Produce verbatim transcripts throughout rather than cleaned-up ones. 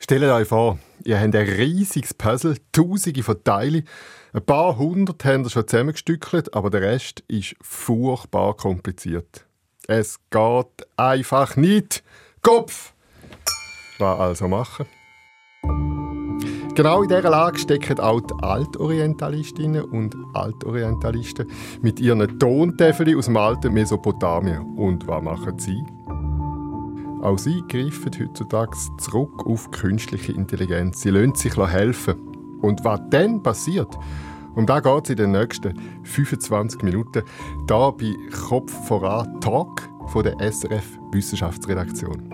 Stellt euch vor, ihr habt ein riesiges Puzzle, tausende von Teilen. Ein paar hundert habt ihr schon zusammengestückelt, aber der Rest ist furchtbar kompliziert. Es geht einfach nicht. Kopf! Was also machen? Genau in dieser Lage stecken auch die Altorientalistinnen und Altorientalisten mit ihren Tontäfeln aus dem alten Mesopotamien. Und was machen sie? Auch sie greifen heutzutage zurück auf künstliche Intelligenz. Sie lassen sich helfen. Und was dann passiert, um das geht es in den nächsten fünfundzwanzig Minuten hier bei «Kopf voran» Talk von der S R F Wissenschaftsredaktion.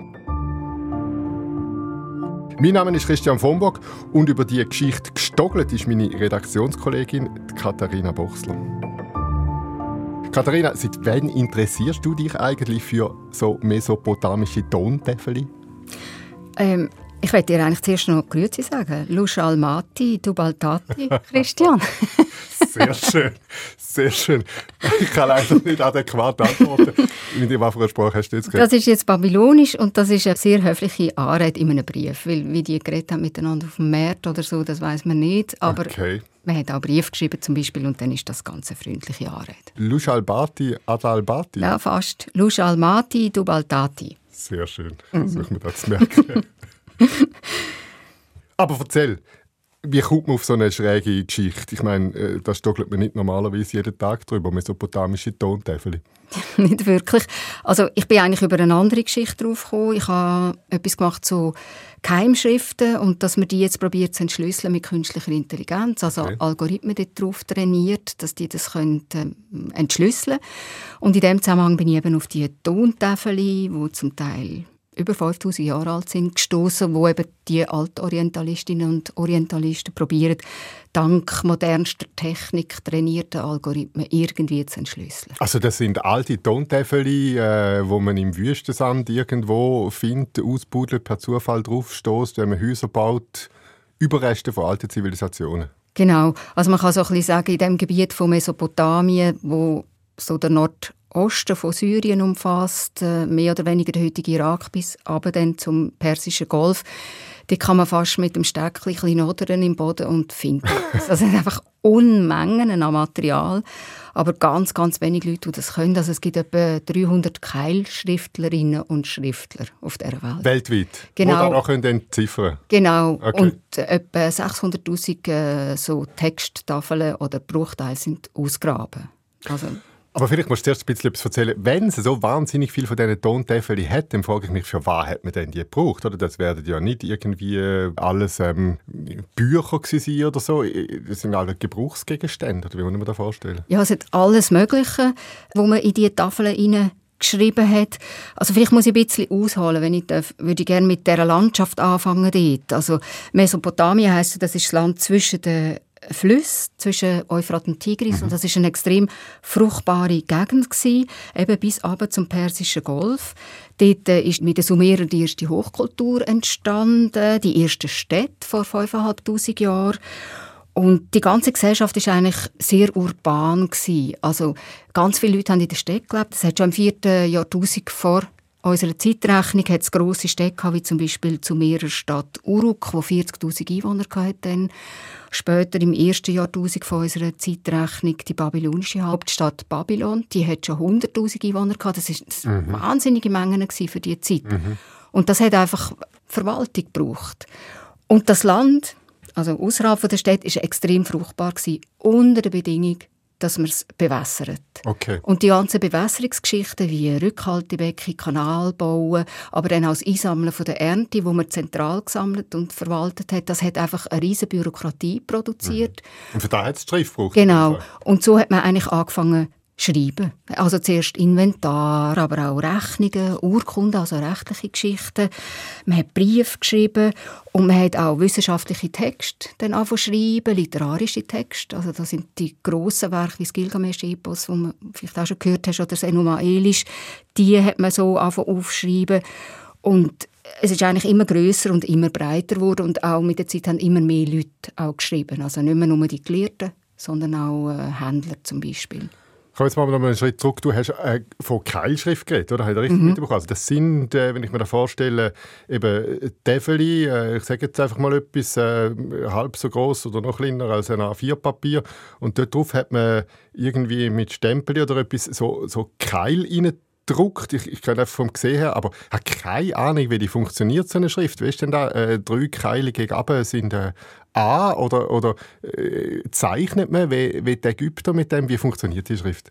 Mein Name ist Christian von Bock und über diese Geschichte gestogelt ist meine Redaktionskollegin Katharina Bochsler. Katharina, seit wann interessierst du dich eigentlich für so mesopotamische Tontäfel? Ähm, ich möchte dir eigentlich zuerst noch Grüezi sagen. Lush Almati, Dubaltati, Christian. Sehr schön, sehr schön. Ich kann leider nicht adäquat antworten. Mit dem, was für eine Sprache hast du jetzt geredet? Das ist jetzt Babylonisch und das ist eine sehr höfliche Anrede in einem Brief. Weil, wie die geredet haben miteinander auf dem Markt oder so, das weiss man nicht. Aber okay. Man hat auch Brief geschrieben zum Beispiel und dann ist das ganz eine freundliche Anrede. Lush Albati, Adalbati? Ja, fast. Lush Almati, Dubaltati. Sehr schön. Versuchen wir das zu merken. Aber erzähl. Wie kommt man auf so eine schräge Geschichte? Ich meine, da stockelt man nicht normalerweise jeden Tag drüber, mesopotamische Tontäfel. Nicht wirklich. Also ich bin eigentlich über eine andere Geschichte drauf gekommen. Ich habe etwas gemacht zu Geheimschriften und dass man die jetzt probiert zu entschlüsseln mit künstlicher Intelligenz. Also okay. Algorithmen darauf trainiert, dass die das können, äh, entschlüsseln können. Und in dem Zusammenhang bin ich eben auf die Tontäfel, die zum Teil über fünftausend Jahre alt sind, gestoßen, wo eben die Altorientalistinnen und Orientalisten probieren, dank modernster Technik trainierter Algorithmen irgendwie zu entschlüsseln. Also das sind alte Tontäfel, äh, wo man im Wüstensand irgendwo findet, ausbuddelt, per Zufall draufstößt, wenn man Häuser baut, Überreste von alten Zivilisationen. Genau. Also man kann so ein bisschen sagen, in dem Gebiet von Mesopotamien, wo so der Nord Osten von Syrien umfasst, mehr oder weniger der heutige Irak bis aber dann zum Persischen Golf. Die kann man fast mit dem Steckchen klein odern im Boden und finden. Das sind einfach Unmengen an Material, aber ganz, ganz wenige Leute, die das können. Also es gibt etwa dreihundert Keilschriftlerinnen und Schriftler auf dieser Welt. Weltweit? Genau. Die dann auch entziffern können? Genau. Okay. Und etwa sechshunderttausend äh, so Texttafeln oder Bruchteile sind ausgegraben. Also aber vielleicht musst du zuerst ein bisschen etwas erzählen. Wenn es so wahnsinnig viel von diesen Tontäfeln hat, dann frage ich mich, für was hat man denn die gebraucht? Oder? Das werden ja nicht irgendwie alles ähm, Bücher sein oder so. Das sind alle Gebrauchsgegenstände. Oder wie muss man das vorstellen? Ja, es hat alles Mögliche, was man in diese Tafeln hinein geschrieben hat. Also vielleicht muss ich ein bisschen ausholen, wenn ich darf, würde ich gerne mit dieser Landschaft anfangen dort. Also Mesopotamien heisst, das ist das Land zwischen den Flüsse, zwischen Euphrat und Tigris. Mhm. Und das war eine extrem fruchtbare Gegend gewesen, eben bis runter zum Persischen Golf. Dort ist mit den Sumerern die erste Hochkultur entstanden, die erste Städte vor fünftausendfünfhundert Jahren. Und die ganze Gesellschaft war eigentlich sehr urban gewesen. Also ganz viele Leute haben in der Stadt gelebt. Das hat schon im vierten Jahrtausend vor unserer Zeitrechnung hat es grosse Städte gehabt, wie zum Beispiel die Sumerer Stadt Uruk, die vierzigtausend Einwohner hatte. Später im ersten Jahrtausend von unserer Zeitrechnung die babylonische Hauptstadt Babylon, die hat schon hunderttausend Einwohner gehabt. Das waren mhm. wahnsinnige Mengen für diese Zeit. Mhm. Und das hat einfach Verwaltung gebraucht. Und das Land, also außerhalb der Stadt, war extrem fruchtbar gewesen, unter der Bedingung, dass man es bewässert. Okay. Und die ganzen Bewässerungsgeschichten wie Rückhaltebecken, Kanal bauen, aber dann auch das Einsammeln von der Ernte, die man zentral gesammelt und verwaltet hat, das hat einfach eine riesige Bürokratie produziert. Mhm. Und für das hat es Schrift gebraucht. Genau. Und so hat man eigentlich angefangen zu schreiben. Also zuerst Inventar, aber auch Rechnungen, Urkunden, also rechtliche Geschichten. Man hat Briefe geschrieben und man hat auch wissenschaftliche Texte dann angefangen zu schreiben, literarische Texte. Also das sind die grossen Werke wie das Gilgamesch-Epos, die man vielleicht auch schon gehört hast, oder das Enuma Elish. Die hat man so angefangen aufzuschreiben. Und es ist eigentlich immer grösser und immer breiter geworden und auch mit der Zeit haben immer mehr Leute auch geschrieben. Also nicht mehr nur die Gelehrten, sondern auch äh, Händler zum Beispiel. Komm jetzt mal noch einen Schritt zurück. Du hast äh, von Keilschrift geredet, oder? Habe ich das richtig Mhm. mitbekommen? Also das sind, äh, wenn ich mir das vorstelle, eben Täfeli, äh, ich sage jetzt einfach mal etwas, äh, halb so groß oder noch kleiner als ein A vier Papier. Und dort drauf hat man irgendwie mit Stempel oder etwas so, so Keil reingedruckt. Ich, ich kann einfach vom Gesehen her, aber ich habe keine Ahnung, wie die funktioniert, so eine Schrift. Weißt du denn da, äh, drei Keile gegenüber sind äh, A oder, oder äh, zeichnet man, wie, wie die Ägypter mit dem, wie funktioniert die Schrift?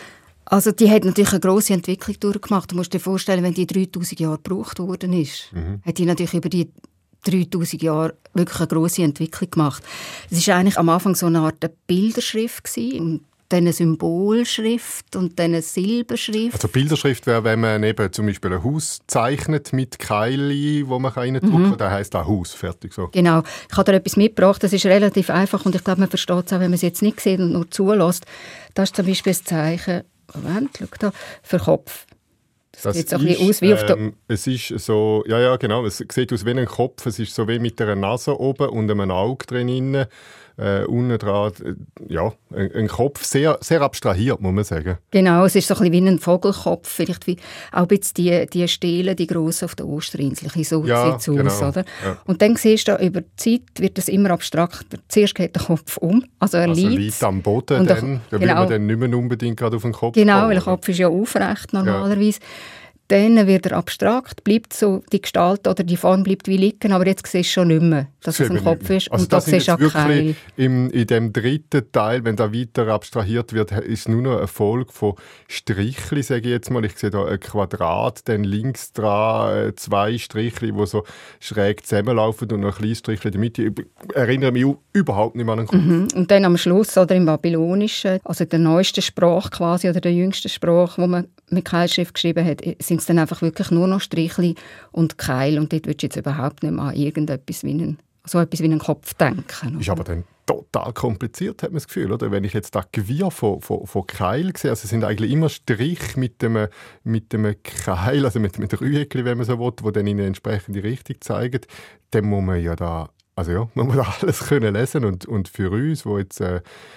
Also die hat natürlich eine grosse Entwicklung durchgemacht. Du musst dir vorstellen, wenn die dreitausend Jahre gebraucht worden ist, mhm. hat die natürlich über die dreitausend Jahre wirklich eine grosse Entwicklung gemacht. Es war eigentlich am Anfang so eine Art Bilderschrift gewesen, und dann eine Symbolschrift und dann eine Silberschrift. Also Bilderschrift wäre, wenn man eben zum Beispiel ein Haus zeichnet mit Keili, wo man reindrücken kann. Mhm. Das heisst auch Haus, fertig so. Genau. Ich habe da etwas mitgebracht, das ist relativ einfach und ich glaube, man versteht es auch, wenn man es jetzt nicht sieht und nur zulässt. Das ist zum Beispiel das Zeichen, Moment, schau da, für Kopf. Das, das sieht so ein bisschen aus wie auf der... Ähm, es ist so, ja, ja, genau, es sieht aus wie ein Kopf. Es ist so wie mit einer Nase oben und einem Auge drin. Äh, unten dran, äh, ja, ein, ein Kopf, sehr, sehr abstrahiert, muss man sagen. Genau, es ist so ein bisschen wie ein Vogelkopf, vielleicht wie auch ein bisschen die, die Stelen, die grossen auf der Osterinsel, so ja, sieht es genau. aus, oder? Ja. Und dann siehst du, über die Zeit wird es immer abstrakter. Zuerst geht der Kopf um, also er also liegt. liegt am Boden, und dann, da genau, will man dann nicht mehr unbedingt gerade auf den Kopf Genau, kommen, weil der oder? Kopf ist ja aufrecht normalerweise. Ja. Dann wird er abstrakt, bleibt so die Gestalt oder die Form bleibt wie liegen, aber jetzt siehst du schon nicht mehr, dass es ein Kopf ist. Also und das ist auch wirklich im, in dem dritten Teil, wenn da weiter abstrahiert wird, ist nur noch eine Folge von Strichli, sage ich jetzt mal. Ich sehe da ein Quadrat, dann links dran zwei Strichli, die so schräg zusammenlaufen und noch ein kleines Strichli in der Mitte. Ich erinnere mich überhaupt nicht mehr an den Kopf. Mhm. Und dann am Schluss, oder im Babylonischen, also der neuesten Sprache quasi, oder der jüngsten Sprache, wo man mit Keilschrift geschrieben hat, sind es dann einfach wirklich nur noch Strichli und Keil. Und dort würdest du jetzt überhaupt nicht mehr an irgendetwas wie einen, so etwas wie einen Kopf denken. Ist aber dann total kompliziert, hat man das Gefühl, oder? Wenn ich jetzt das Gewirr von, von, von Keil sehe, also es sind eigentlich immer Strich mit dem, mit dem Keil, also mit, mit der Rüegli, wenn man so will, die dann in eine entsprechende Richtung zeigen, dann muss man ja da, also ja, man muss alles können lesen und, und für uns, die jetzt äh,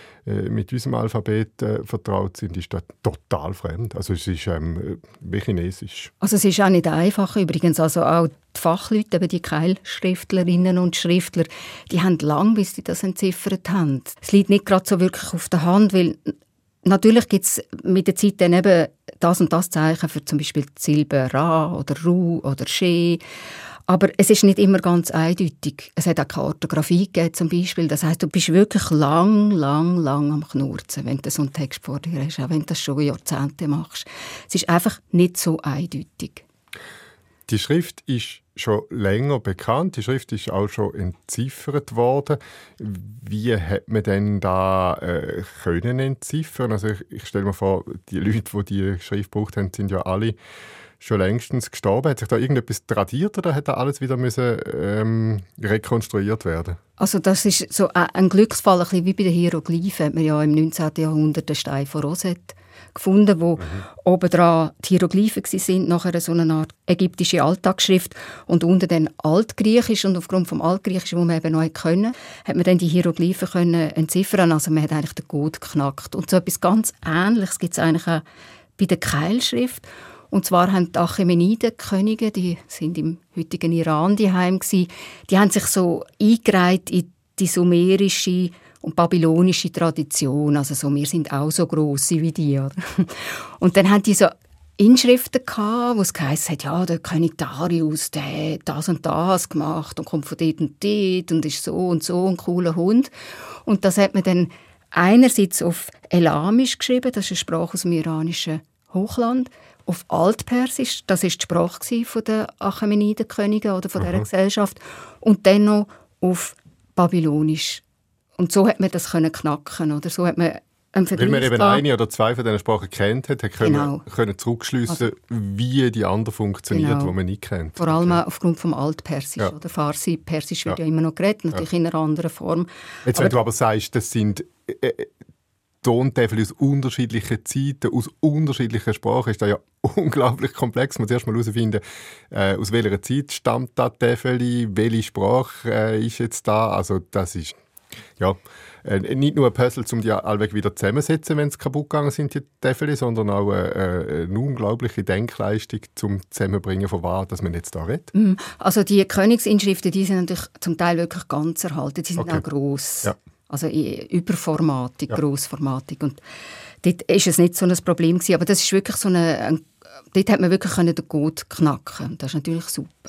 mit unserem Alphabet äh, vertraut sind, ist das total fremd. Also es ist ähm, wie Chinesisch. Also es ist auch nicht einfach übrigens. Also auch die Fachleute, eben die Keilschriftlerinnen und Schriftler, die haben lange, bis sie das entziffert haben. Es liegt nicht gerade so wirklich auf der Hand, weil natürlich gibt es mit der Zeit dann eben das und das Zeichen für zum Beispiel die Silbe Ra oder Ru oder She. Aber es ist nicht immer ganz eindeutig. Es hat auch keine Orthographie gegeben, zum Beispiel. Das heisst, du bist wirklich lang, lang, lang am Knurzen, wenn du so einen Text vor dir hast, auch wenn du das schon Jahrzehnte machst. Es ist einfach nicht so eindeutig. Die Schrift ist schon länger bekannt. Die Schrift ist auch schon entziffert worden. Wie hat man denn da äh, können entziffern? Also ich, ich stelle mir vor, die Leute, die die Schrift gebraucht haben, sind ja alle schon längstens gestorben. Hat sich da irgendetwas tradiert oder hat da alles wieder müssen, ähm, rekonstruiert werden? Also das ist so ein Glücksfall, ein bisschen wie bei den Hieroglyphen. Hat man ja im neunzehnten Jahrhundert den Stein von Rosette gefunden, wo mhm. obendran die Hieroglyphen waren, nachher so eine Art ägyptische Alltagsschrift und unten dann Altgriechisch. Und aufgrund vom Altgriechischen, das man eben noch können, hat man dann die Hieroglyphen können entziffern. Also man hat eigentlich den Code geknackt. Und so etwas ganz Ähnliches gibt es eigentlich auch bei der Keilschrift. Und zwar haben die Achämeniden-Könige, die sind im heutigen Iran daheim gsi, die haben sich so eingereiht in die sumerische und babylonische Tradition. Also so, wir sind auch so grosse wie die. Oder? Und dann haben die so Inschriften gehabt, wo es geheißen hat, ja, der König Darius, der hat das und das gemacht und kommt von dort und dort und ist so und so ein cooler Hund. Und das hat man dann einerseits auf Elamisch geschrieben, das ist eine Sprache aus dem iranischen Hochland, auf Altpersisch, das war die Sprache der Achämeniden-Könige oder von dieser Gesellschaft, und dann noch auf Babylonisch. Und so hat man das können knacken, oder so hat man einen Vergleich. Weil man eben eine oder zwei von diesen Sprachen kennt hat, können genau. können zurückschliessen, also, wie die andere funktioniert, genau. die man nicht kennt. Vor allem okay. aufgrund vom Altpersisch. Ja. Oder Farsi, Persisch wird ja. ja immer noch geredet, natürlich ja. in einer anderen Form. Jetzt, wenn aber, du aber sagst, das sind äh, Tontafel aus unterschiedlichen Zeiten, aus unterschiedlichen Sprachen, ist das ja unglaublich komplex. Man muss erst mal herausfinden, äh, aus welcher Zeit stammt das Tafel, welche Sprache äh, ist jetzt da. Also das ist Ja, äh, nicht nur ein Puzzle, um die allweg wieder zusammenzusetzen, wenn sie kaputt gegangen sind, die Täfeli, sondern auch äh, eine unglaubliche Denkleistung zum Zusammenbringen von was, dass man jetzt da redet. Also die Königsinschriften, die sind natürlich zum Teil wirklich ganz erhalten. Die sind okay. auch gross. Ja. Also überformatig, ja. grossformatig. Und dort war es nicht so ein Problem gewesen, aber das ist wirklich so eine, ein, dort hat man wirklich den Code knacken. Das ist natürlich super.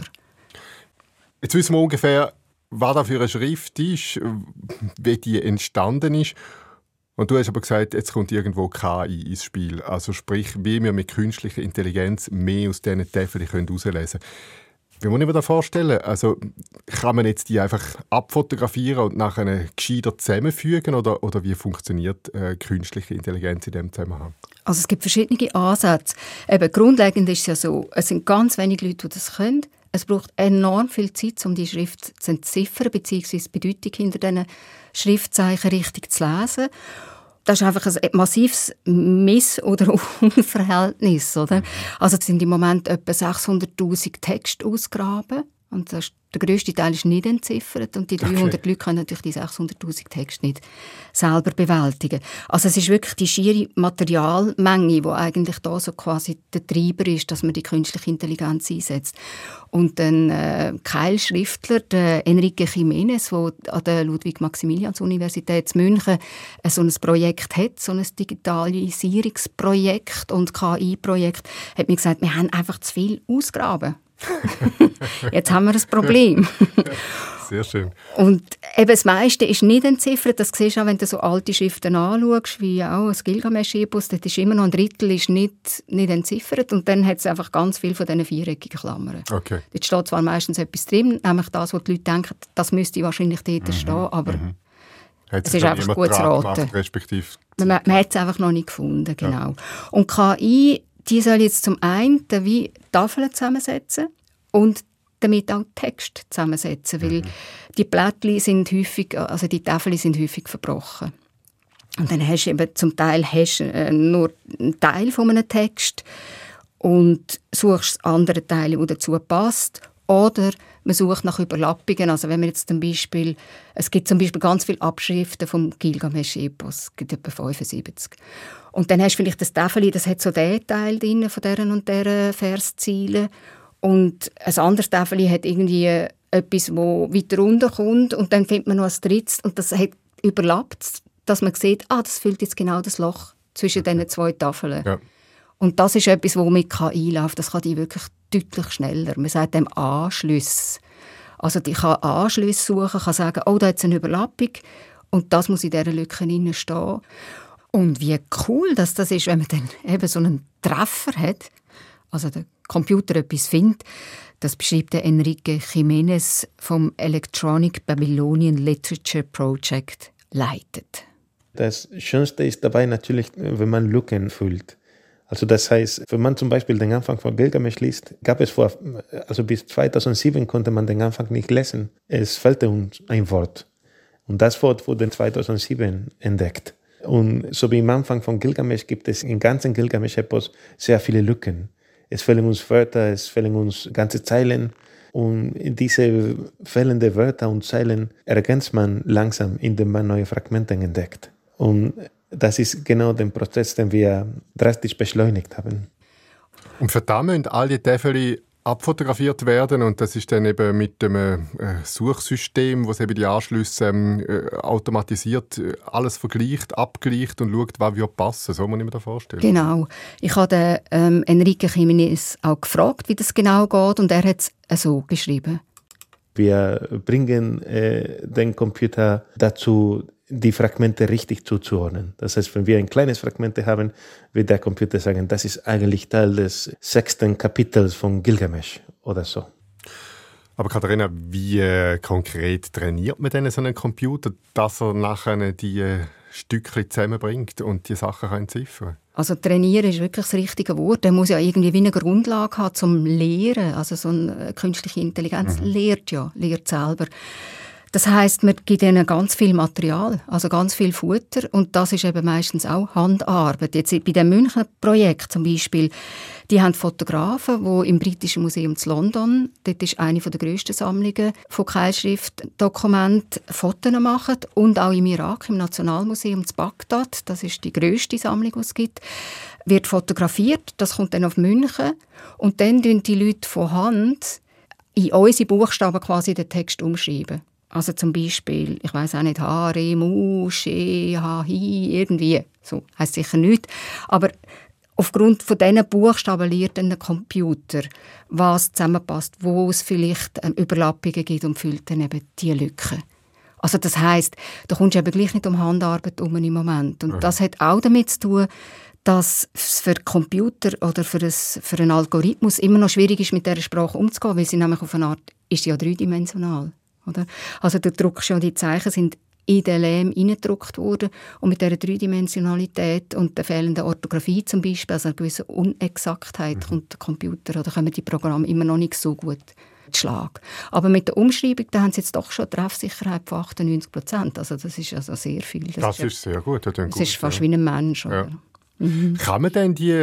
Jetzt wissen wir ungefähr, was da für eine Schrift ist, wie die entstanden ist. Und du hast aber gesagt, jetzt kommt irgendwo K I ins Spiel. Also sprich, wie wir mit künstlicher Intelligenz mehr aus diesen Täfeln herauslesen können. Wie muss ich mir das vorstellen? Also, kann man jetzt die einfach abfotografieren und nachher gescheiter zusammenfügen? Oder, oder wie funktioniert äh, künstliche Intelligenz in diesem Zusammenhang? Also es gibt verschiedene Ansätze. Eben, grundlegend ist es ja so, es sind ganz wenige Leute, die das können. Es braucht enorm viel Zeit, um die Schrift zu entziffern, beziehungsweise die Bedeutung hinter diesen Schriftzeichen richtig zu lesen. Das ist einfach ein massives Miss- oder Unverhältnis. Oder? Also es sind im Moment etwa sechshunderttausend Texte ausgegraben. Und das ist, der grösste Teil ist nicht entziffert. Und die dreihundert okay. Leute können natürlich die sechshunderttausend Texte nicht selber bewältigen. Also es ist wirklich die schiere Materialmenge, die eigentlich da so quasi der Treiber ist, dass man die künstliche Intelligenz einsetzt. Und ein äh, Keilschriftler, der Enrique Jiménez, der an der Ludwig-Maximilians-Universität in München äh, so ein Projekt hat, so ein Digitalisierungsprojekt und K I-Projekt, hat mir gesagt, wir haben einfach zu viel ausgegraben. Jetzt haben wir ein Problem. Sehr schön. Und eben das meiste ist nicht entziffert. Das siehst du auch, wenn du so alte Schriften anschaust, wie auch das Gilgamesch-Epos, dort ist immer noch ein Drittel ist nicht, nicht entziffert. Und dann hat es einfach ganz viel von diesen viereckigen Klammern. Okay. Dort steht zwar meistens etwas drin, nämlich das, was die Leute denken, das müsste wahrscheinlich dort mhm. stehen, aber mhm. es ist einfach gut zu raten. Man, man hat es einfach noch nicht gefunden, genau. Ja. Und K I, die soll jetzt zum einen wie Tafeln zusammensetzen und damit auch Text zusammensetzen, weil mhm. die Blättchen sind häufig, also die Tafeln sind häufig verbrochen. Und dann hast du eben zum Teil hast, äh, nur einen Teil von einem Text und suchst andere Teile, die dazu passt. Oder man sucht nach Überlappungen. Also wenn man jetzt zum Beispiel, es gibt zum Beispiel ganz viele Abschriften vom Gilgamesch-Epos, es gibt etwa fünfundsiebzig. Und dann hast du vielleicht das Täfeli, das hat so den Teil drin von dieser und dieser Versziele. Und ein anderes Täfeli hat irgendwie etwas, das weiter runter kommt. Und dann findet man noch ein drittes und das hat überlappt, dass man sieht, ah, das füllt jetzt genau das Loch zwischen okay. diesen zwei Tafeln. Ja. Und das ist etwas, das mit K I läuft. Das kann die wirklich deutlich schneller. Man sagt dem Anschlüsse. Also ich kann Anschlüsse suchen, kann sagen, oh, da hat es eine Überlappung und das muss in dieser Lücke drin stehen. Und wie cool dass das ist, wenn man dann eben so einen Treffer hat, also der Computer etwas findet, das beschreibt der Enrique Jiménez vom Electronic Babylonian Literature Project leitet. Das Schönste ist dabei natürlich, wenn man Lücken füllt. Also das heißt, wenn man zum Beispiel den Anfang von Gilgamesch liest, gab es vor, also bis zweitausendsieben konnte man den Anfang nicht lesen. Es fehlte uns ein Wort. Und das Wort wurde zweitausendsieben entdeckt. Und so wie am Anfang von Gilgamesch gibt es im ganzen Gilgamesch-Epos sehr viele Lücken. Es fehlen uns Wörter, es fehlen uns ganze Zeilen. Und diese fehlenden Wörter und Zeilen ergänzt man langsam, indem man neue Fragmente entdeckt. Und das ist genau der Prozess, den wir drastisch beschleunigt haben. Und für das müssen alle Täfeli abfotografiert werden und das ist dann eben mit dem äh, Suchsystem, das eben die Anschlüsse ähm, äh, automatisiert äh, alles vergleicht, abgleicht und schaut, was wird passen. So muss ich mir das vorstellen. Genau. Ich habe den, ähm, Enrique Jiménez auch gefragt, wie das genau geht und er hat es so beschrieben. Wir bringen äh, den Computer dazu, die Fragmente richtig zuzuordnen. Das heißt, wenn wir ein kleines Fragment haben, wird der Computer sagen, das ist eigentlich Teil des sechsten Kapitels von Gilgamesch oder so. Aber Katharina, wie äh, konkret trainiert man denn so einen Computer, dass er nachher die äh, Stückchen zusammenbringt und die Sachen kann entziffern? Also trainieren ist wirklich das richtige Wort. Er muss ja irgendwie wie eine Grundlage haben zum Lehren. Also so eine künstliche Intelligenz mhm. lehrt ja, lehrt selber. Das heisst, man gibt ihnen ganz viel Material, also ganz viel Futter, und das ist eben meistens auch Handarbeit. Jetzt bei dem Münchner Projekt zum Beispiel, die haben Fotografen, die im Britischen Museum in London, dort ist eine der grössten Sammlungen von Keilschriftdokumenten, Fotos machen, und auch im Irak, im Nationalmuseum in Bagdad, das ist die grösste Sammlung, die es gibt, wird fotografiert, das kommt dann auf München, und dann schreiben die Leute von Hand in unsere Buchstaben quasi den Text umschreiben. Also zum Beispiel, ich weiss auch nicht, H, R, M, Sch, H, Hi, irgendwie. So heisst sicher nicht. Aber aufgrund von diesen Buchstaben lernt dann der Computer, was zusammenpasst, wo es vielleicht ähm, Überlappungen gibt, und füllt dann eben diese Lücken. Also das heisst, da kommst du eben gleich nicht um Handarbeit um im Moment. Und das hat auch damit zu tun, dass es für Computer oder für, ein, für einen Algorithmus immer noch schwierig ist, mit dieser Sprache umzugehen, weil sie nämlich auf eine Art, ist sie ja dreidimensional. Oder? Also der Druck schon, die Zeichen sind in den Lehm hineingedruckt worden, und mit dieser Dreidimensionalität und der fehlenden Orthographie zum Beispiel, also einer gewissen Unexaktheit, mhm. kommt der Computer oder kommen die Programme immer noch nicht so gut zu Schlag. Aber mit der Umschreibung, da haben sie jetzt doch schon eine Treffsicherheit von achtundneunzig Prozent. Also das ist also sehr viel. Das, das ist, ist sehr gut. Das, das gut, ist fast ja. wie ein Mensch. Oder? Ja. Mhm. Kann man denn die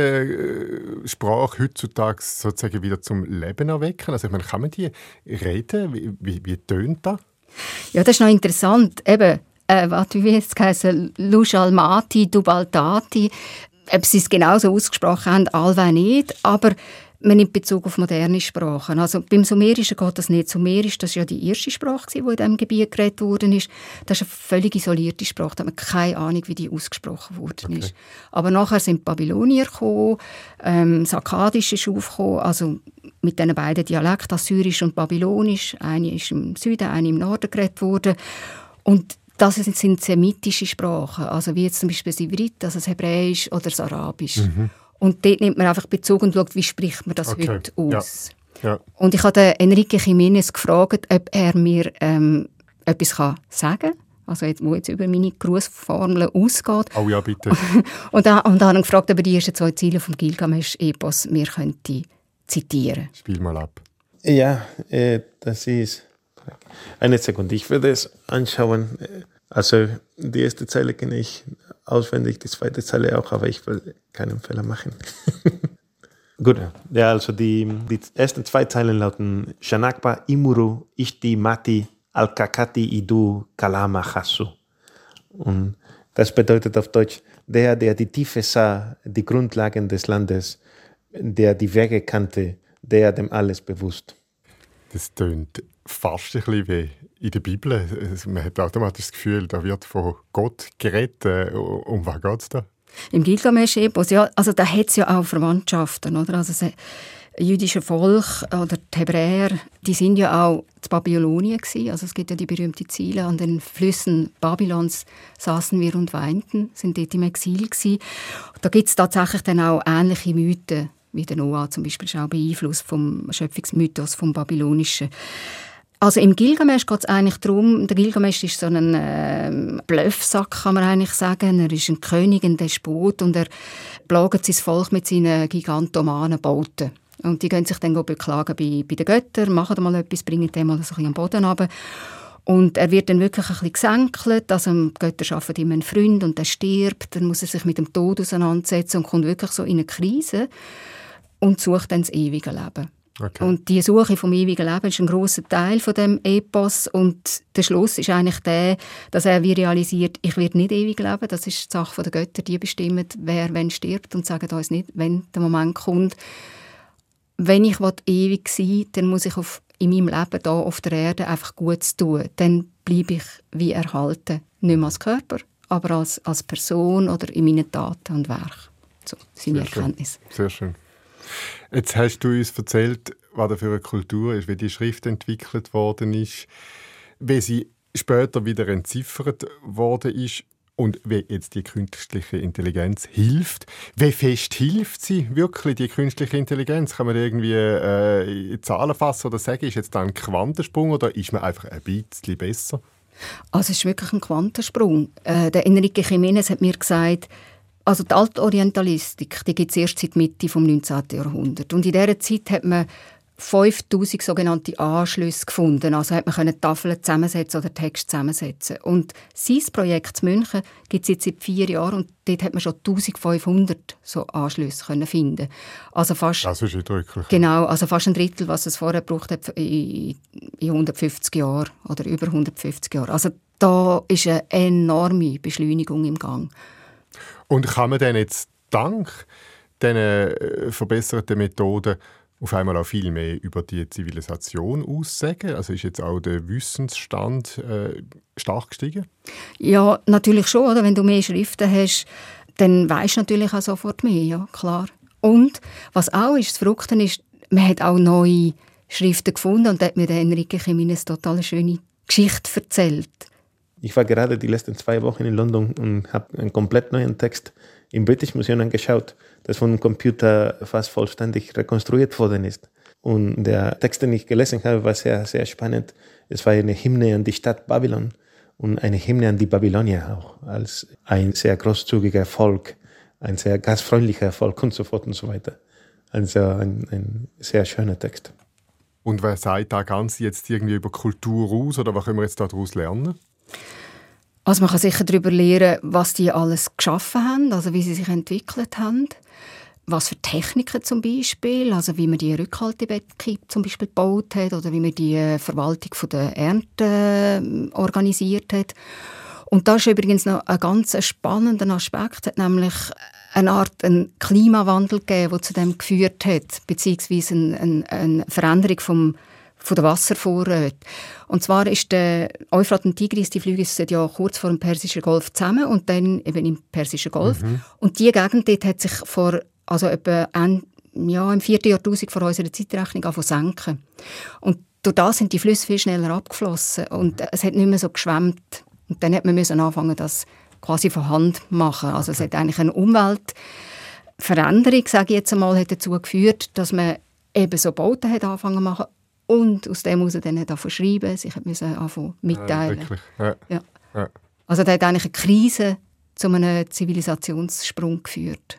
äh, Sprache heutzutage sozusagen wieder zum Leben erwecken? Also ich meine, kann man die reden? Wie, wie, wie tönt das? Ja, das ist noch interessant. Eben, äh, wie jetzt heißen, Lushalmati, Dubaltati. Ob sie es genauso ausgesprochen haben, allweil nicht. Aber man nimmt Bezug auf moderne Sprachen. Also beim Sumerischen geht das nicht. Sumerisch, das war ja die erste Sprache, die in diesem Gebiet geredet worden ist. Das ist eine völlig isolierte Sprache. Da hat man keine Ahnung, wie die ausgesprochen worden okay. ist. Aber nachher sind die Babylonier gekommen, ähm, das Akkadische ist aufgekommen, also mit diesen beiden Dialekten, Assyrisch und Babylonisch. Eine ist im Süden, eine im Norden geredet worden. Und das sind semitische Sprachen, also wie jetzt zum Beispiel das Ivrit, also das Hebräisch oder das Arabisch. Mhm. Und dort nimmt man einfach Bezug und schaut, wie spricht man das okay. heute aus. Ja. Ja. Und ich habe Enrique Jiménez gefragt, ob er mir ähm, etwas kann sagen kann. Also jetzt, wo jetzt über meine Grußformeln ausgeht. Oh ja, bitte. Und dann, und dann habe ich gefragt, ob er die ersten zwei Ziele vom Gilgamesch-Epos mir könnte zitieren. Spiel mal ab. Ja, äh, das ist... Eine Sekunde, ich werde es anschauen. Also die erste Zeile kenne ich auswendig, die zweite Zeile auch, aber ich will keinen Fehler machen. Gut, ja, also die, die ersten zwei Zeilen lauten Shanakba Imuru Ishti Mati Al-Kakati Idu Kalama Hassu. Und das bedeutet auf Deutsch, der, der die Tiefe sah, die Grundlagen des Landes, der die Wege kannte, der dem alles bewusst. Das tönt fast ein bisschen wie in der Bibel. Man hat automatisch das Gefühl, da wird von Gott geredet. Um was geht es da? Im Gilgamesch-Epos, ja, also da hat es ja auch Verwandtschaften, oder? Also das jüdische Volk oder die Hebräer, die sind ja auch in Babylonien gewesen. Also es gibt ja die berühmte Ziele, an den Flüssen Babylons saßen wir und weinten, sind dort im Exil gewesen. Da gibt es tatsächlich dann auch ähnliche Mythen, wie der Noah zum Beispiel, ist auch beeinflusst vom Schöpfungsmythos vom Babylonischen. Also im Gilgamesch geht es eigentlich darum, der Gilgamesch ist so ein äh, Bluffsack, kann man eigentlich sagen. Er ist ein König, ein Despot, und er plagt sein Volk mit seinen gigantomanen Bauten. Und die gehen sich dann beklagen bei, bei den Göttern, machen mal etwas, bringen den mal so ein bisschen am Boden runter. Und er wird dann wirklich ein bisschen gesenkelt, also die Götter schaffen ihm einen Freund und er stirbt, dann muss er sich mit dem Tod auseinandersetzen und kommt wirklich so in eine Krise und sucht dann das ewige Leben. Okay. Und die Suche vom ewigen Leben ist ein grosser Teil von dem Epos, und der Schluss ist eigentlich der, dass er wie realisiert, ich werde nicht ewig leben, das ist die Sache der Götter, die bestimmen, wer wann stirbt, und sagen uns nicht, wenn der Moment kommt. Wenn ich ewig sein will, dann muss ich auf, in meinem Leben hier auf der Erde einfach Gutes tun. Dann bleibe ich wie erhalten, nicht mehr als Körper, aber als, als Person oder in meinen Taten und Werken. So, seine Sehr Erkenntnis. Schön. Sehr schön. Jetzt hast du uns erzählt, was da für eine Kultur ist, wie die Schrift entwickelt worden ist, wie sie später wieder entziffert worden ist und wie jetzt die künstliche Intelligenz hilft. Wie fest hilft sie wirklich, die künstliche Intelligenz? Kann man irgendwie äh, in Zahlen fassen oder sagen, ist jetzt da ein Quantensprung oder ist man einfach ein bisschen besser? Also es ist wirklich ein Quantensprung. Äh, der Enrique Jiménez hat mir gesagt, also die Altorientalistik, die gibt es erst seit Mitte des neunzehnten Jahrhunderts. Und in dieser Zeit hat man fünftausend sogenannte Anschlüsse gefunden. Also hat man können Tafeln zusammensetzen oder Text zusammensetzen. Und sein Projekt in München gibt es jetzt seit vier Jahren und dort hat man schon eintausendfünfhundert so Anschlüsse können finden. Also fast, das ist eindrücklich. Genau, also fast ein Drittel, was es vorher gebraucht hat in, in hundertfünfzig Jahren oder über hundertfünfzig Jahren. Also da ist eine enorme Beschleunigung im Gang. Und kann man denn jetzt dank diesen verbesserten Methoden auf einmal auch viel mehr über die Zivilisation aussagen? Also ist jetzt auch der Wissensstand äh, stark gestiegen? Ja, natürlich schon. Oder? Wenn du mehr Schriften hast, dann weisst du natürlich auch sofort mehr, ja, klar. Und was auch ist, das Verrückte ist, man hat auch neue Schriften gefunden und da hat mir der Enrique Jiménez total eine schöne Geschichte erzählt. Ich war gerade die letzten zwei Wochen in London und habe einen komplett neuen Text im British Museum angeschaut, das von einem Computer fast vollständig rekonstruiert worden ist. Und der Text, den ich gelesen habe, war sehr, sehr spannend. Es war eine Hymne an die Stadt Babylon und eine Hymne an die Babylonier auch, als ein sehr großzügiger Volk, ein sehr gastfreundlicher Volk und so fort und so weiter. Also ein, ein sehr schöner Text. Und wer sagt da ganz jetzt irgendwie über Kultur aus oder was können wir jetzt daraus lernen? Also man kann sicher darüber lernen, was die alles geschaffen haben, also wie sie sich entwickelt haben, was für Techniken zum Beispiel, also wie man die Rückhaltebecken zum Beispiel gebaut hat oder wie man die Verwaltung der Ernte organisiert hat. Und da ist übrigens noch ein ganz spannender Aspekt, hat nämlich eine Art einen Klimawandel gegeben, der zu dem geführt hat, beziehungsweise eine, eine, eine Veränderung vom von der Wasservorräte. Und zwar ist der Euphrat und Tigris, die fließen ja kurz vor dem Persischen Golf zusammen und dann eben im Persischen Golf. Mhm. Und die Gegend dort hat sich vor, also etwa ein, ja, im vierten Jahrtausend vor unserer Zeitrechnung angefangen zu senken. Und durch das sind die Flüsse viel schneller abgeflossen und es hat nicht mehr so geschwemmt. Und dann hat man müssen anfangen, das quasi von Hand zu machen. Also es hat eigentlich eine Umweltveränderung, sage ich jetzt einmal, hat dazu geführt, dass man eben so Bauten hat angefangen zu machen. Und aus dem heraus dann anfangen schreiben, sich anfangen mitteilen. Ja, wirklich. Ja. Ja. Ja. Also da hat eigentlich eine Krise zu einem Zivilisationssprung geführt.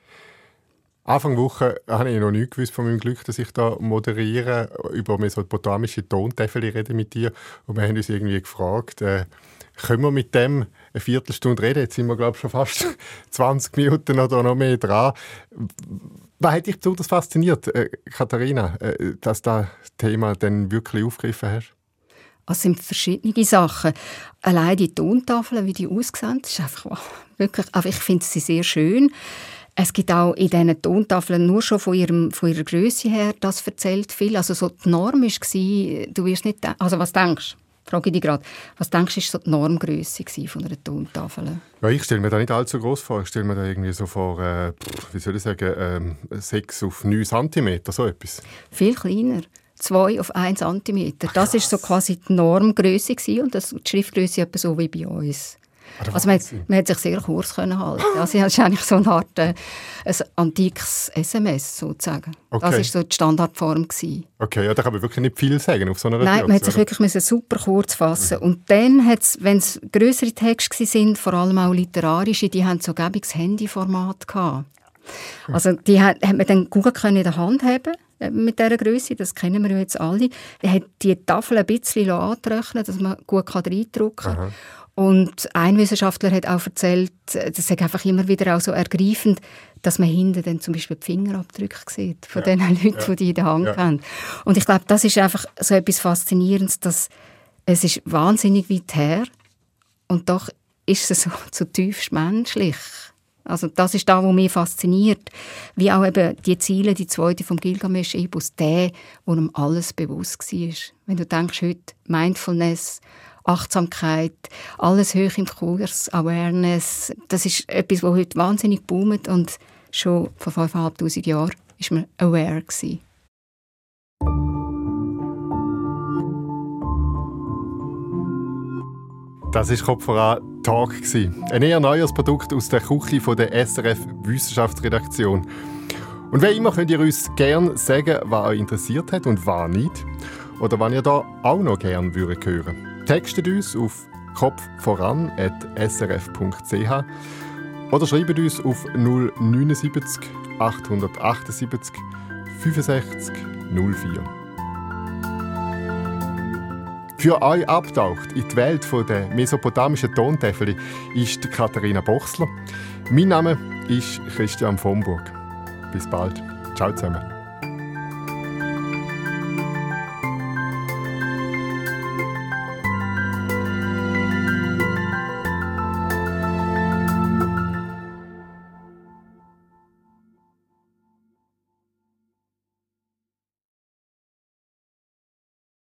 Anfang Woche habe ich noch nicht gewusst von meinem Glück, dass ich da moderiere, über mesopotamische Tontafel rede mit dir. Und wir haben uns irgendwie gefragt, äh, können wir mit dem eine Viertelstunde reden? Jetzt sind wir, glaube ich, schon fast zwanzig Minuten oder noch mehr dran. Was hat dich besonders fasziniert, äh, Katharina, äh, dass du das Thema dann wirklich aufgegriffen hast? Es sind verschiedene Sachen. Allein die Tontafeln, wie die aussehen, ist einfach wow, wirklich, aber ich finde sie sehr schön. Es gibt auch in diesen Tontafeln nur schon von, ihrem, von ihrer Grösse her, das erzählt viel. Also so die Norm war, du wirst nicht, also was denkst du? Frage ich dich gerade, was denkst du, war so die Normgrösse von einer Tontafel? Ja, ich stelle mir da nicht allzu groß vor. Ich stelle mir da irgendwie so vor, äh, wie soll ich sagen, ähm, sechs auf neun Zentimeter, so etwas. Viel kleiner. zwei auf ein Zentimeter. Das war so quasi die Normgrösse und das, die Schriftgrösse etwa so wie bei uns. Also man, man hat sich sehr kurz können halten. Also es ist eigentlich so eine Art äh, ein antikes S M S sozusagen. Okay. Das war so die Standardform gewesen. Okay, ja, da kann man wirklich nicht viel sagen auf so einer Nein, man hat sich wirklich müssen super kurz fassen. Mhm. Und dann hat's, wenn es grössere Texte sind, vor allem auch literarische, die haben so gäbiges Handyformat gehabt. Mhm. Also die hat, hat man dann Google können in der Hand haben mit dieser Grösse, das kennen wir jetzt alle. Er hat die Tafel ein bisschen antrocknen, dass man gut reindrücken kann. Und ein Wissenschaftler hat auch erzählt, das ist einfach immer wieder auch so ergreifend, dass man hinten dann zum Beispiel die Fingerabdrücke sieht von ja. den Leuten, ja. die die in der Hand ja. haben. Und ich glaube, das ist einfach so etwas Faszinierendes, dass es ist wahnsinnig weit her und doch ist es so zutiefst menschlich. Also das ist das, was mich fasziniert. Wie auch eben die Ziele, die zweite vom Gilgamesch-Epos, der, wo ihm alles bewusst war. Wenn du denkst, heute Mindfulness, Achtsamkeit, alles hoch im Kurs, Awareness, das ist etwas, was heute wahnsinnig boomt und schon vor fünftausendfünfhundert Jahren war man aware gewesen. Das war Kopf voran Talk. Ein eher neues Produkt aus der Küche der S R F Wissenschaftsredaktion. Und wie immer könnt ihr uns gerne sagen, was euch interessiert hat und was nicht. Oder was ihr da auch noch gerne hören würdet. Textet uns auf kopfvoran at s r f punkt c h oder schreibt uns auf null neun sieben acht acht sieben fünfundsechzig null vier. Für euch abtaucht in die Welt der mesopotamischen Tontäfel ist Katharina Bochsler. Mein Name ist Christian von Burg. Bis bald. Ciao zusammen.